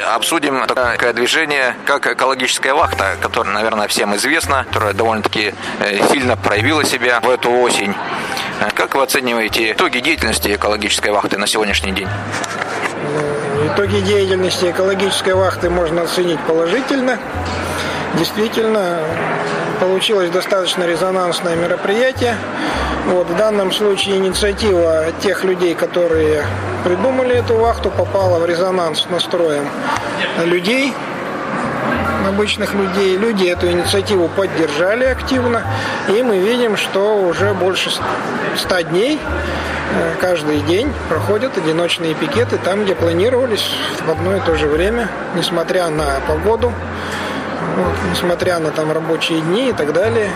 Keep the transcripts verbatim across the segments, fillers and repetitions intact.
обсудим такое движение, как экологическая вахта, которое, наверное, всем известно, которое довольно-таки сильно проявило себя в эту осень. Как вы оцениваете итоги деятельности экологической вахты на сегодняшний день? Итоги деятельности экологической вахты можно оценить положительно. Действительно, получилось достаточно резонансное мероприятие. Вот, в данном случае инициатива тех людей, которые придумали эту вахту, попала в резонанс с настроем людей, обычных людей. Люди эту инициативу поддержали активно, и мы видим, что уже больше ста дней каждый день проходят одиночные пикеты там, где планировались в одно и то же время, несмотря на погоду, вот, несмотря на там рабочие дни и так далее.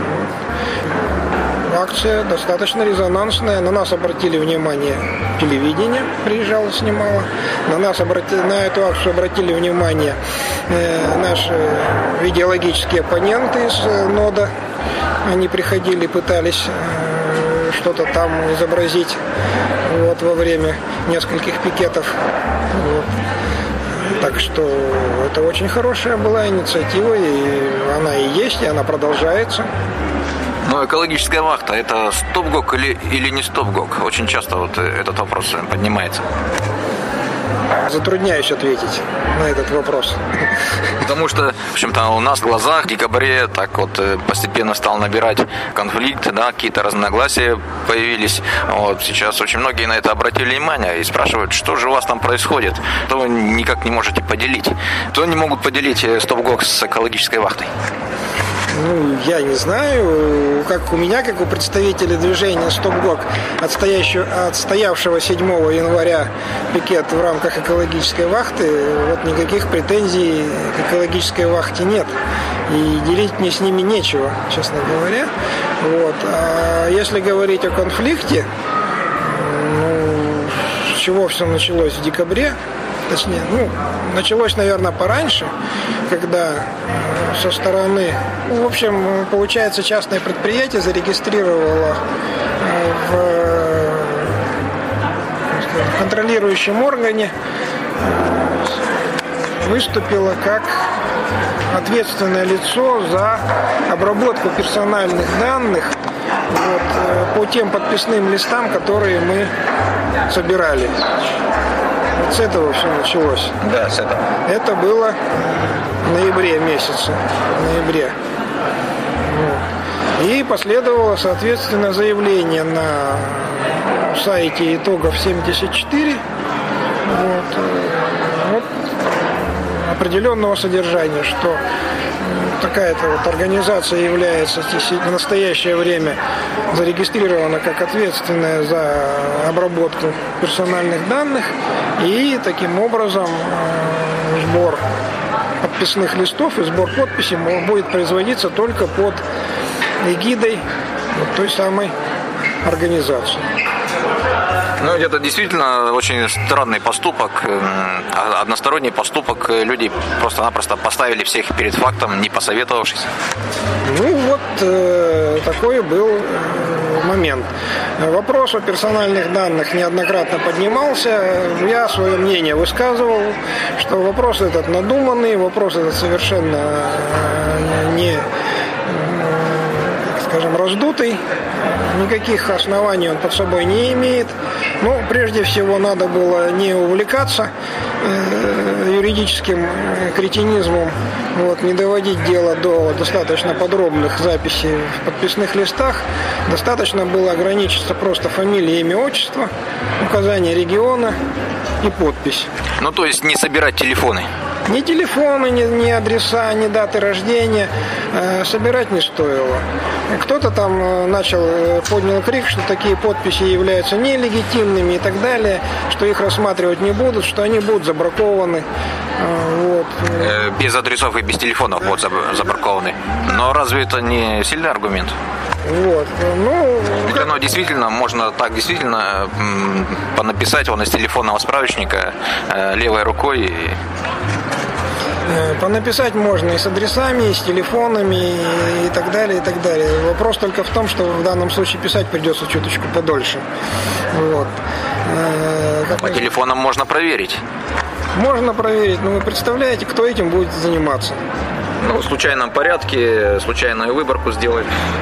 Акция достаточно резонансная. На нас обратили внимание телевидение, приезжало, снимало. На нас обрати... на эту акцию обратили внимание э, наши идеологические оппоненты из э, НОДА. Они приходили, пытались э, что-то там изобразить вот, во время нескольких пикетов. Вот. Так что это очень хорошая была инициатива, и она и есть, и она продолжается. Но экологическая вахта – это стоп-гок или, или не стоп-гок? Очень часто вот этот вопрос поднимается. Затрудняюсь ответить на этот вопрос. Потому что, в общем-то, у нас в глазах в декабре так вот постепенно стал набирать конфликт, да, какие-то разногласия появились. Вот сейчас очень многие на это обратили внимание и спрашивают, что же у вас там происходит, что вы никак не можете поделить. То не могут поделить стоп-гок с экологической вахтой. Ну, я не знаю, как у меня, как у представителя движения «Стоп-гок», отстоявшего седьмого января пикет в рамках экологической вахты, вот никаких претензий к экологической вахте нет. И делить мне с ними нечего, честно говоря. Вот. А если говорить о конфликте, ну, с чего все началось в декабре, точнее, ну, началось, наверное, пораньше, когда со стороны, ну, в общем, получается, частное предприятие зарегистрировало в контролирующем органе, выступило как ответственное лицо за обработку персональных данных вот, по тем подписным листам, которые мы собирали. Вот с этого все началось. Да, с этого. Это было в ноябре месяце. В ноябре. Вот. И последовало, соответственно, заявление на сайте итогов семьдесят четыре. Вот. Вот. Определенного содержания, что такая-то вот организация является в настоящее время зарегистрирована как ответственная за обработку персональных данных, и таким образом сбор подписных листов и сбор подписей будет производиться только под эгидой вот той самой организации. Ну, это действительно очень странный поступок, односторонний поступок. Люди просто-напросто поставили всех перед фактом, не посоветовавшись. Ну, вот э, такой был момент. Вопрос о персональных данных неоднократно поднимался. Я свое мнение высказывал, что вопрос этот надуманный, вопрос этот совершенно не, скажем, раздутый. Никаких оснований он под собой не имеет. Ну, прежде всего, надо было не увлекаться э, юридическим кретинизмом, вот, не доводить дело до достаточно подробных записей в подписных листах. Достаточно было ограничиться просто фамилией, имя, отчество, указание региона и подпись. Ну, то есть не собирать телефоны? Ни телефоны, ни, ни адреса, ни даты рождения э, собирать не стоило. Кто-то там э, начал, э, поднял крик, что такие подписи являются нелегитимными и так далее, что их рассматривать не будут, что они будут забракованы. Э, вот. Э, без адресов и без телефонов будут забракованы. Но разве это не сильный аргумент? Вот. Ну, ведь оно действительно, можно так действительно понаписать вон из телефонного справочника э, левой рукой и... Понаписать можно и с адресами, и с телефонами, и так далее, и так далее. Вопрос только в том, что в данном случае писать придется чуточку подольше. Вот. По телефонам можно проверить. Можно проверить, но вы представляете, кто этим будет заниматься? Ну, в случайном порядке, случайную выборку сделать.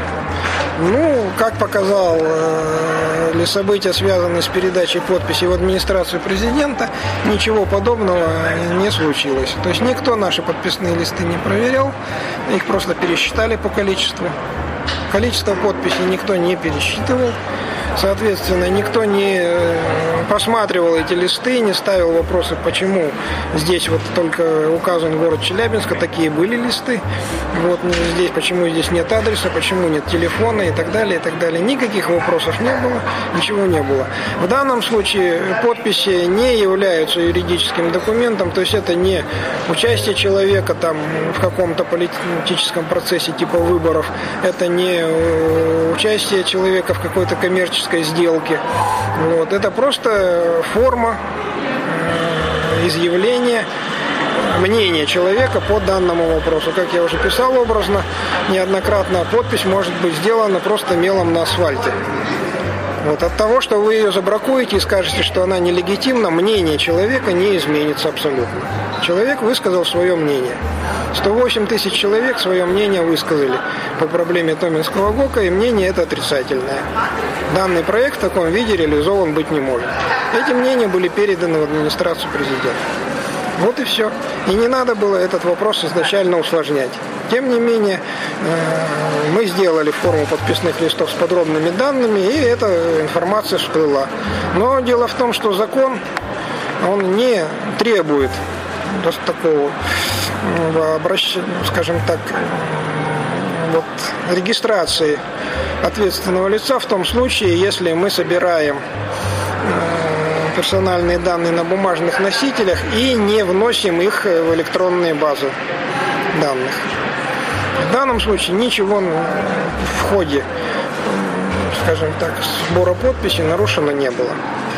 Ну, как показал э, события, связанные с передачей подписи в администрацию президента, ничего подобного не случилось. То есть никто наши подписные листы не проверял, их просто пересчитали по количеству. Количество подписей никто не пересчитывал. Соответственно, никто не просматривал эти листы, не ставил вопросы, почему здесь вот только указан город Челябинск, а такие были листы. Вот здесь, почему здесь нет адреса, почему нет телефона и так далее, и так далее. Никаких вопросов не было, ничего не было. В данном случае подписи не являются юридическим документом, то есть это не участие человека там в каком-то политическом процессе типа выборов, это не участие человека в какой-то коммерческой сделки. Вот. Это просто форма изъявления мнения человека по данному вопросу. Как я уже писал образно, неоднократно подпись может быть сделана просто мелом на асфальте. Вот. От того, что вы ее забракуете и скажете, что она нелегитимна, мнение человека не изменится абсолютно. Человек высказал свое мнение. сто восемь тысяч человек свое мнение высказали по проблеме Томинского ГОКа, и мнение это отрицательное. Данный проект в таком виде реализован быть не может. Эти мнения были переданы в администрацию президента. Вот и все. И не надо было этот вопрос изначально усложнять. Тем не менее, мы сделали форму подписных листов с подробными данными, и эта информация всплыла. Но дело в том, что закон, он не требует такого обращения, скажем так, вот, регистрации ответственного лица в том случае, если мы собираем персональные данные на бумажных носителях и не вносим их в электронные базы данных. В данном случае ничего в ходе, скажем так, сбора подписей нарушено не было.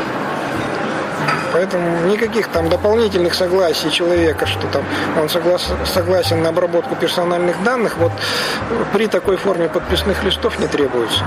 Поэтому никаких там дополнительных согласий человека, что там он соглас, согласен на обработку персональных данных, вот при такой форме подписных листов не требуется.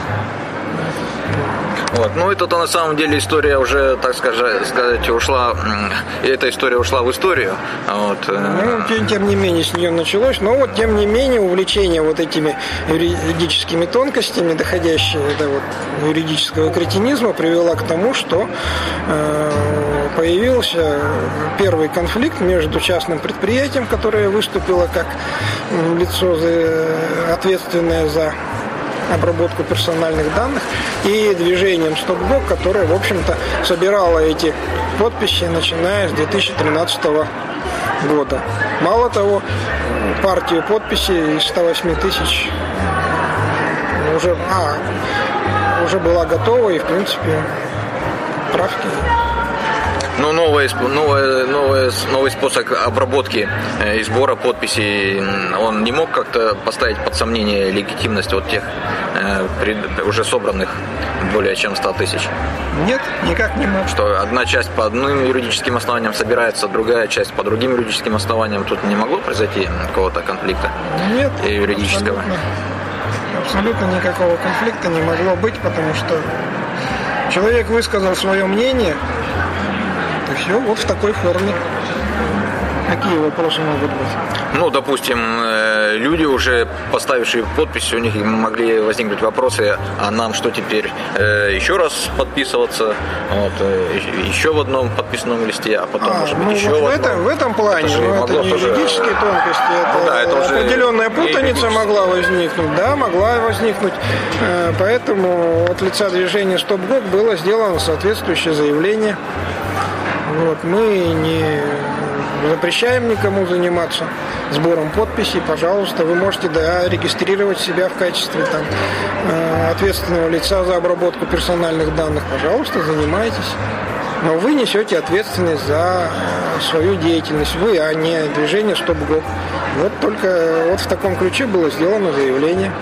Вот. Ну, это-то на самом деле история уже, так сказать, ушла, и эта история ушла в историю. Вот. Ну, тем, тем не менее, с нее началось, но вот, тем не менее, увлечение вот этими юридическими тонкостями, доходящие до вот юридического кретинизма, привело к тому, что э, появился первый конфликт между частным предприятием, которое выступило как лицо ответственное за обработку персональных данных, и движением StopGo, которое, в общем-то, собирало эти подписи, начиная с две тысячи тринадцатого года. Мало того, партию подписей из ста восьми тысяч уже, а, уже была готова, и, в принципе, правки. Ну, новый, новый, новый, новый способ обработки и сбора подписей, он не мог как-то поставить под сомнение легитимность вот тех уже собранных более чем ста тысяч? Нет, никак не мог. Что одна часть по одним юридическим основаниям собирается, другая часть по другим юридическим основаниям. Тут не могло произойти какого-то конфликта? Нет, юридического? Абсолютно, абсолютно никакого конфликта не могло быть, потому что человек высказал свое мнение, и все, вот в такой форме. Какие вопросы могут быть? Ну, допустим, люди, уже поставившие подпись, у них могли возникнуть вопросы, а нам что теперь, еще раз подписываться, вот, еще в одном подписном листе, а потом, а, может быть, ну, еще вот в в, одном. это, в этом плане, это, ну, это не юридические тоже... тонкости, это, ну, да, это уже определенная путаница могла возникнуть, да, могла возникнуть, поэтому от лица движения StopGo было сделано соответствующее заявление. Вот, мы не запрещаем никому заниматься сбором подписей, пожалуйста, вы можете, да, регистрировать себя в качестве там, ответственного лица за обработку персональных данных, пожалуйста, занимайтесь. Но вы несете ответственность за свою деятельность, вы, а не движение StopGo. Вот только вот в таком ключе было сделано заявление.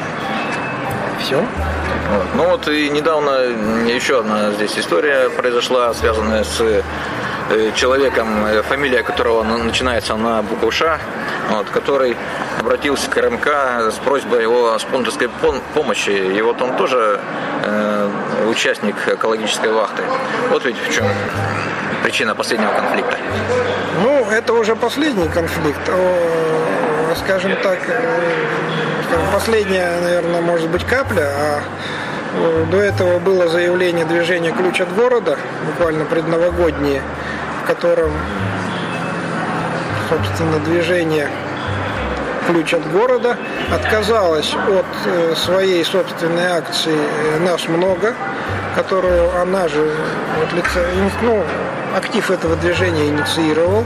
Все. Ну вот и недавно еще одна здесь история произошла, связанная с человеком, фамилия которого начинается на букву Ш, вот, который обратился к РМК с просьбой о спонсорской помощи. И вот он тоже э, участник экологической вахты. Вот ведь в чем причина последнего конфликта? Ну, это уже последний конфликт. Скажем так, последняя, наверное, может быть капля, а до этого было заявление движения «Ключ от города», буквально предновогоднее, в котором, собственно, движение «Ключ от города» отказалось от своей собственной акции «Нас много», которую она же вот, лице, ну, актив этого движения инициировал.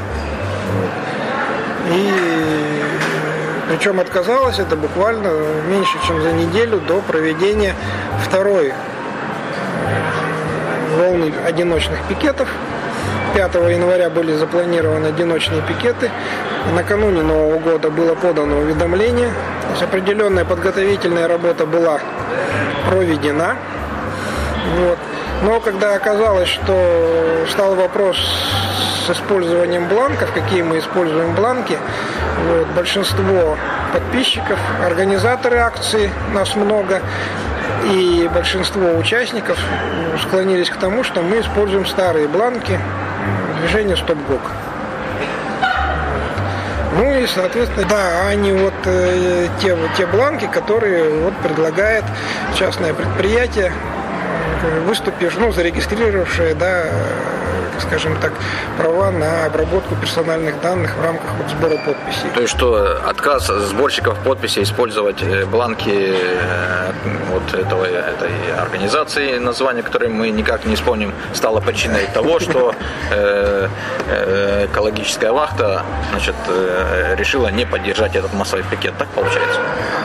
И причем отказалась это буквально меньше, чем за неделю до проведения второй волны одиночных пикетов. пятого января были запланированы одиночные пикеты. Накануне Нового года было подано уведомление. То есть определенная подготовительная работа была проведена. Вот. Но когда оказалось, что стал вопрос с использованием бланков, какие мы используем бланки, вот, большинство подписчиков, организаторы акции, нас много, и большинство участников склонились к тому, что мы используем старые бланки движения «Стоп-ГОК». Ну и, соответственно, да, а не вот э, те, те бланки, которые вот предлагает частное предприятие, выступившее, ну, зарегистрировавшее, да, скажем так, права на обработку персональных данных в рамках вот сбора подписей. То есть что отказ сборщиков подписей использовать бланки вот этого, этой организации, название которой мы никак не вспомним, стало причиной того, что экологическая вахта, значит, решила не поддержать этот массовый пикет. Так получается?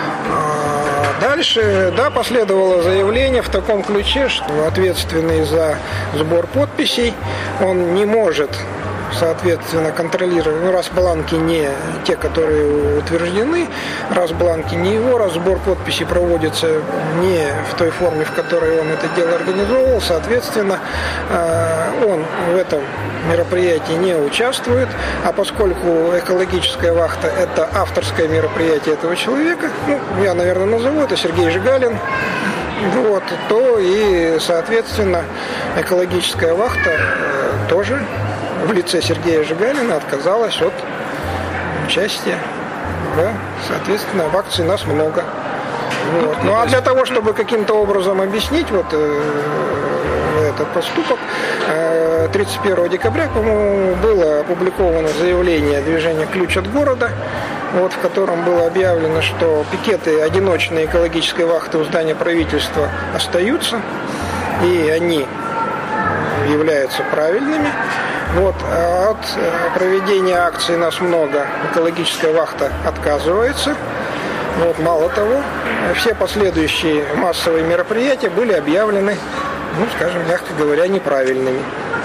Дальше, да, последовало заявление в таком ключе, что ответственный за сбор подписей, он не может, соответственно, контролировать, ну, раз бланки не те, которые утверждены, раз бланки не его, раз сбор подписей проводится не в той форме, в которой он это дело организовывал, соответственно, он в этом мероприятии не участвует, а поскольку экологическая вахта – это авторское мероприятие этого человека, ну, я, наверное, назову, это Сергей Жигалин, вот, то и, соответственно, экологическая вахта тоже в лице Сергея Жигалина отказалась от участия, да, соответственно, в акции «Нас много». Вот. Ну а для того, чтобы каким-то образом объяснить вот э, этот поступок, э, тридцать первого декабря, по-моему, было опубликовано заявление движения «Ключ от города», вот, в котором было объявлено, что пикеты одиночной экологической вахты у здания правительства остаются, и они являются правильными. Вот, а от проведения акции «Нас много» экологическая вахта отказывается. Вот, мало того, все последующие массовые мероприятия были объявлены, ну, скажем, мягко говоря, неправильными,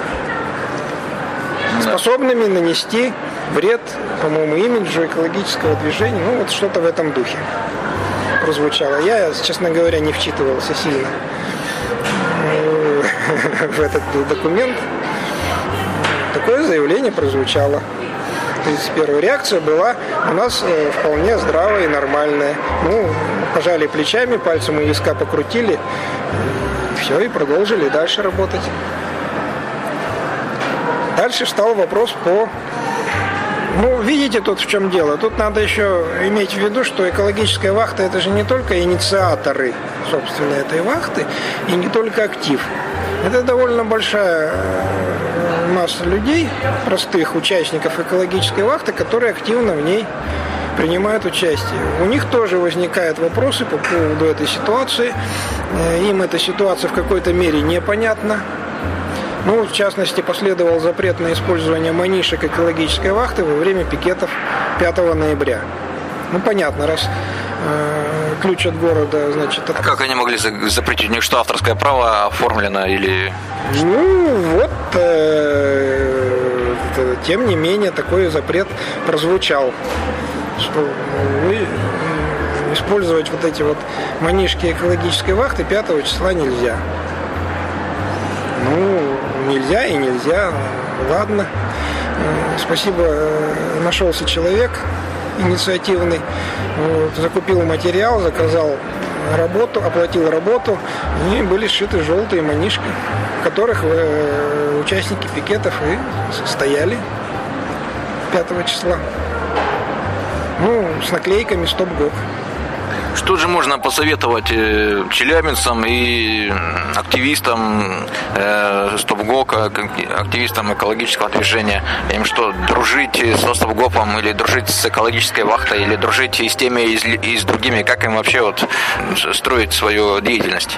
способными нанести вред, по-моему, имиджу экологического движения. Ну, вот что-то в этом духе прозвучало. Я, честно говоря, не вчитывался сильно в этот документ. Такое заявление прозвучало. тридцать первая реакция была у нас вполне здравая и нормальная. Ну, пожали плечами, пальцем у виска покрутили, и все, и продолжили дальше работать. Дальше встал вопрос по... Ну, видите, тут в чем дело. Тут надо еще иметь в виду, что экологическая вахта – это же не только инициаторы, собственно, этой вахты, и не только актив. Это довольно большая масса людей, простых участников экологической вахты, которые активно в ней принимают участие. У них тоже возникают вопросы по поводу этой ситуации. Им эта ситуация в какой-то мере непонятна. Ну, в частности, последовал запрет на использование манишек экологической вахты во время пикетов пятого ноября. Ну, понятно, раз э, ключ от города, значит... От... А как они могли запретить? У них что, авторское право оформлено или... Ну, вот, э, тем не менее, такой запрет прозвучал, что вы использовать вот эти вот манишки экологической вахты пятого числа нельзя. Ну, нельзя и нельзя, ладно. Спасибо, нашелся человек инициативный, вот, закупил материал, заказал работу, оплатил работу, И были сшиты желтые манишки, в которых участники пикетов и стояли пятого числа. Ну, с наклейками «Стоп ГОК». Что же можно посоветовать челябинцам и активистам «Стоп ГОКа», активистам экологического движения? Им что, дружить со «Стоп ГОКом» или дружить с экологической вахтой, или дружить и с теми, и с, и с другими? Как им вообще вот строить свою деятельность?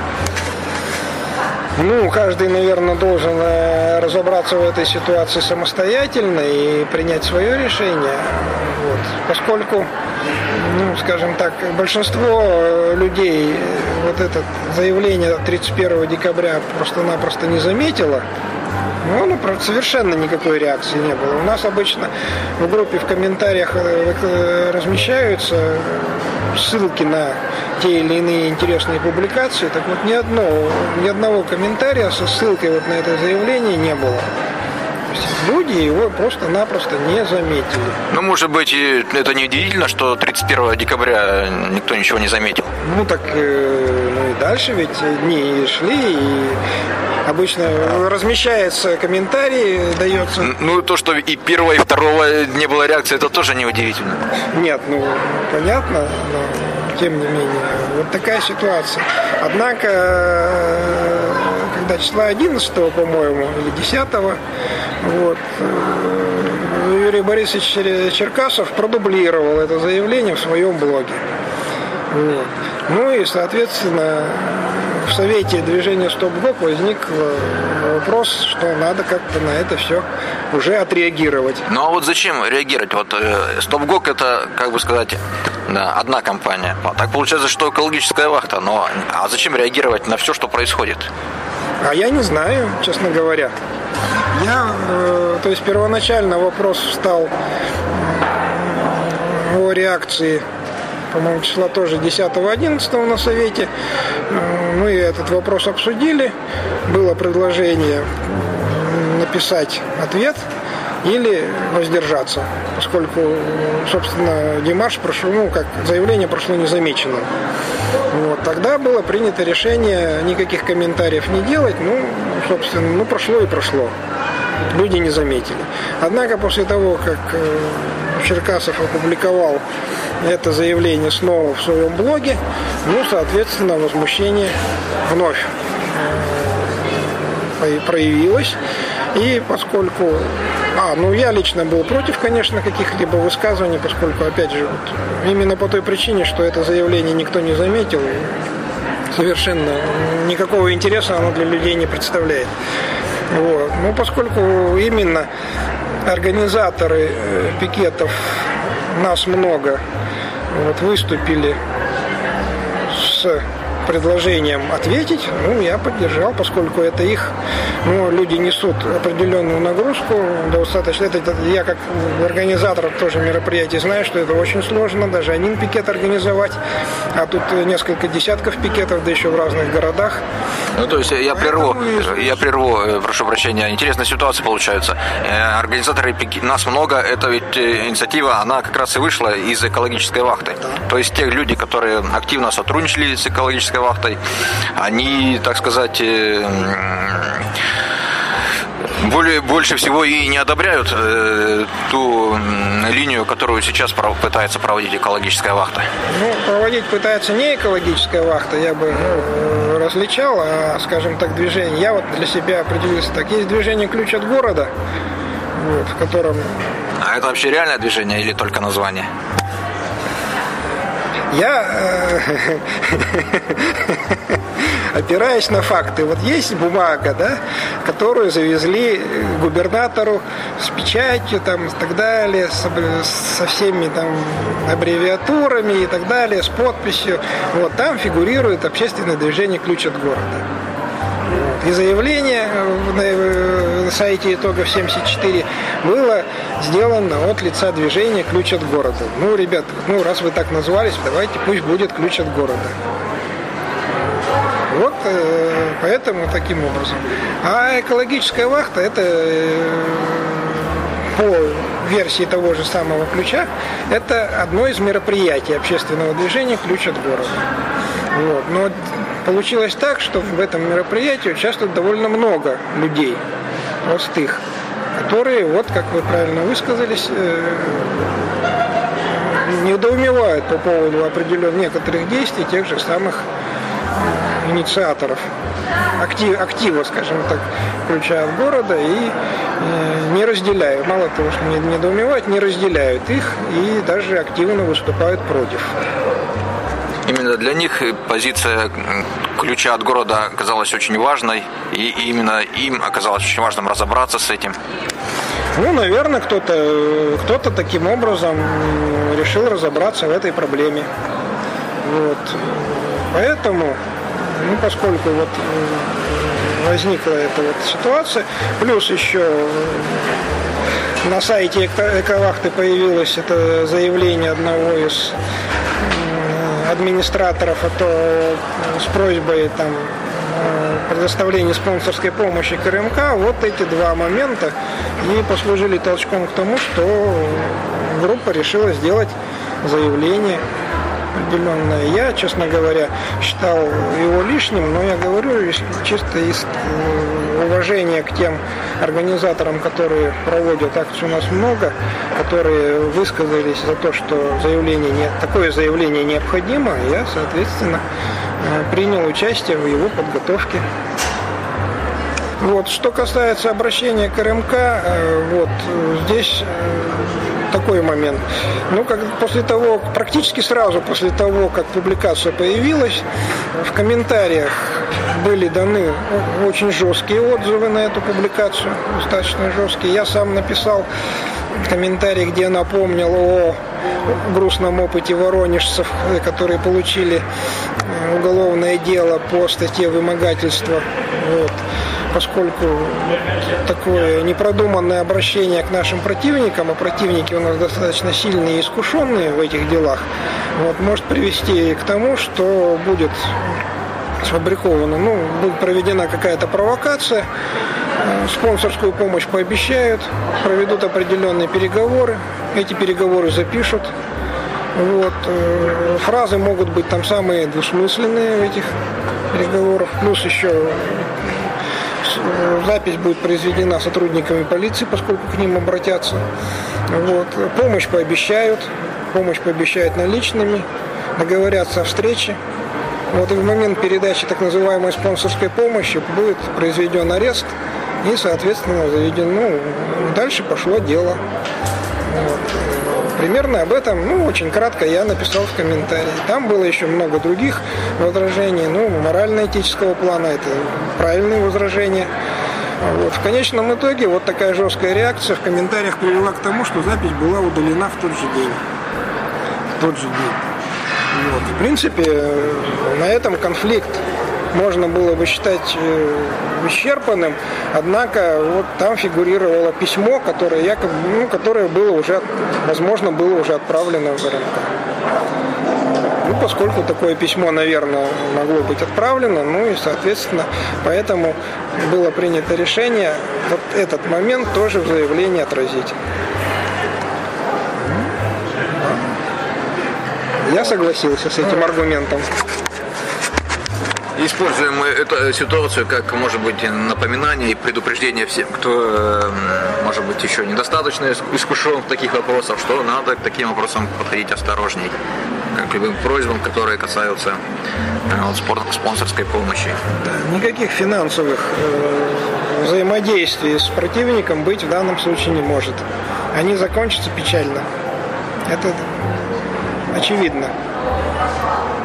Ну, каждый, наверное, должен разобраться в этой ситуации самостоятельно и принять свое решение. Вот. Поскольку, ну, скажем так, большинство людей вот это заявление тридцать первого декабря просто-напросто не заметило, ну, ну, совершенно никакой реакции не было. У нас обычно в группе в комментариях размещаются ссылки на те или иные интересные публикации. Так вот, ни одного, ни одного комментария со ссылкой вот на это заявление не было. То есть люди его просто-напросто не заметили. Ну, может быть, это не удивительно, что тридцать первого декабря никто ничего не заметил? Ну, так, ну и дальше ведь дни шли, и обычно размещается комментарий, дается... Ну, то, что и первого, и второго не было реакции, это тоже не удивительно. Нет, ну, понятно, но тем не менее, вот такая ситуация. Однако, когда числа одиннадцатого, по-моему, или десятого, вот, Юрий Борисович Черкасов продублировал это заявление в своем блоге. Вот. Ну и, соответственно, в Совете движения «Стоп ГОК» возник вопрос, что надо как-то на это все уже отреагировать. Ну а вот зачем реагировать? Вот э, «Стоп ГОК» это, как бы сказать, да, одна компания. Так получается, что экологическая вахта. Но а зачем реагировать на все, что происходит? А я не знаю, честно говоря. Я, э, то есть первоначально вопрос встал о реакции, по-моему, числа тоже десятого-одиннадцатого на Совете. Мы этот вопрос обсудили. Было предложение написать ответ или воздержаться, поскольку, собственно, демарш прошел, ну, как заявление прошло незамеченным. Вот. Тогда было принято решение никаких комментариев не делать, ну, собственно, ну, прошло и прошло. Люди не заметили. Однако после того, как Черкасов опубликовал это заявление снова в своем блоге, ну, соответственно, возмущение вновь проявилось. И поскольку... А, ну, я лично был против, конечно, каких-либо высказываний, поскольку, опять же, вот, именно по той причине, что это заявление никто не заметил, совершенно никакого интереса оно для людей не представляет. Вот. Ну, поскольку именно организаторы пикетов, нас много, вот, выступили с предложением ответить, ну, я поддержал, поскольку это их, ну, люди несут определенную нагрузку, достаточно, это, это я как организатор тоже мероприятий знаю, что это очень сложно, даже один пикет организовать, а тут несколько десятков пикетов, да еще в разных городах. Ну, то есть я прерву, я прерву, прошу прощения, интересная ситуация получается. Организаторы пикетов, нас много, это ведь инициатива, она как раз и вышла из экологической вахты. Да. То есть те люди, которые активно сотрудничали с экологической вахтой, они, так сказать, более, больше всего и не одобряют э, ту линию, которую сейчас пытается проводить экологическая вахта. Ну, проводить пытается не экологическая вахта, я бы ну, различал, а, скажем так, движение. Я вот для себя определился так. Есть движение «Ключ от города», вот, в котором... А это вообще реальное движение или только название? Я, опираясь на факты, вот есть бумага, да, которую завезли губернатору с печатью, там, и так далее, с, со всеми там аббревиатурами и так далее, с подписью. Вот там фигурирует общественное движение «Ключ от города». И заявление на сайте итогов семьдесят четыре было сделано от лица движения «Ключ от города». Ну, ребят, ну, раз вы так назвались, давайте пусть будет «Ключ от города». Вот поэтому таким образом. А экологическая вахта – это по версии того же самого «Ключа», это одно из мероприятий общественного движения «Ключ от города». Вот. Но получилось так, что в этом мероприятии участвует довольно много людей, простых, которые, вот как вы правильно высказались, недоумевают по поводу определенных некоторых действий тех же самых инициаторов, актив, актива, скажем так, ключа от города, и э, не разделяют, мало того, что не, недоумевают, не разделяют их и даже активно выступают против. Именно для них позиция ключа от города оказалась очень важной, и именно им оказалось очень важным разобраться с этим. Ну, наверное, кто-то, кто-то таким образом решил разобраться в этой проблеме. Вот. Поэтому, ну, поскольку вот возникла эта вот ситуация, плюс еще на сайте Эковахты появилось это заявление одного из администраторов, а то с просьбой там предоставления спонсорской помощи КРМК. Вот эти два момента и послужили толчком к тому, что группа решила сделать заявление определенное. Я, честно говоря, считал его лишним, но я говорю чисто из уважения к тем организаторам, которые проводят акцию, у нас много, которые высказались за то, что заявление не, такое заявление необходимо. Я, соответственно, принял участие в его подготовке. Вот. Что касается обращения к РМК, вот здесь такой момент. Ну, как после того, практически сразу после того, как публикация появилась, в комментариях были даны очень жесткие отзывы на эту публикацию, достаточно жесткие. Я сам написал комментарий, где напомнил о грустном опыте воронежцев, которые получили уголовное дело по статье вымогательства. Вот. Поскольку такое непродуманное обращение к нашим противникам, а противники у нас достаточно сильные и искушенные в этих делах, вот, может привести к тому, что будет сфабриковано, ну, будет проведена какая-то провокация, спонсорскую помощь пообещают, проведут определенные переговоры, эти переговоры запишут. Вот. Фразы могут быть там самые двусмысленные в этих переговорах, плюс еще запись будет произведена сотрудниками полиции, поскольку к ним обратятся. Вот. Помощь пообещают, помощь пообещают наличными, договорятся о встрече. Вот, и в момент передачи так называемой спонсорской помощи будет произведен арест и, соответственно, заведен, ну, дальше пошло дело. Вот. Примерно об этом, ну, очень кратко я написал в комментарии. Там было еще много других возражений, ну, морально-этического плана, это правильные возражения. Вот. В конечном итоге вот такая жесткая реакция в комментариях привела к тому, что запись была удалена в тот же день. В тот же день. Вот. В принципе, на этом конфликт можно было бы считать исчерпанным, однако вот там фигурировало письмо, которое якобы, ну, которое было уже, возможно, было уже отправлено в РМК. Ну, поскольку такое письмо, наверное, могло быть отправлено, ну и, соответственно, поэтому было принято решение вот этот момент тоже в заявлении отразить. Я согласился с этим аргументом. Используем мы эту ситуацию как, может быть, напоминание и предупреждение всем, кто, может быть, еще недостаточно искушен в таких вопросах, что надо к таким вопросам подходить осторожней, к любым просьбам, которые касаются вот, спонсорской помощи. Да, никаких финансовых э, взаимодействий с противником быть в данном случае не может. Они закончатся печально. Это очевидно.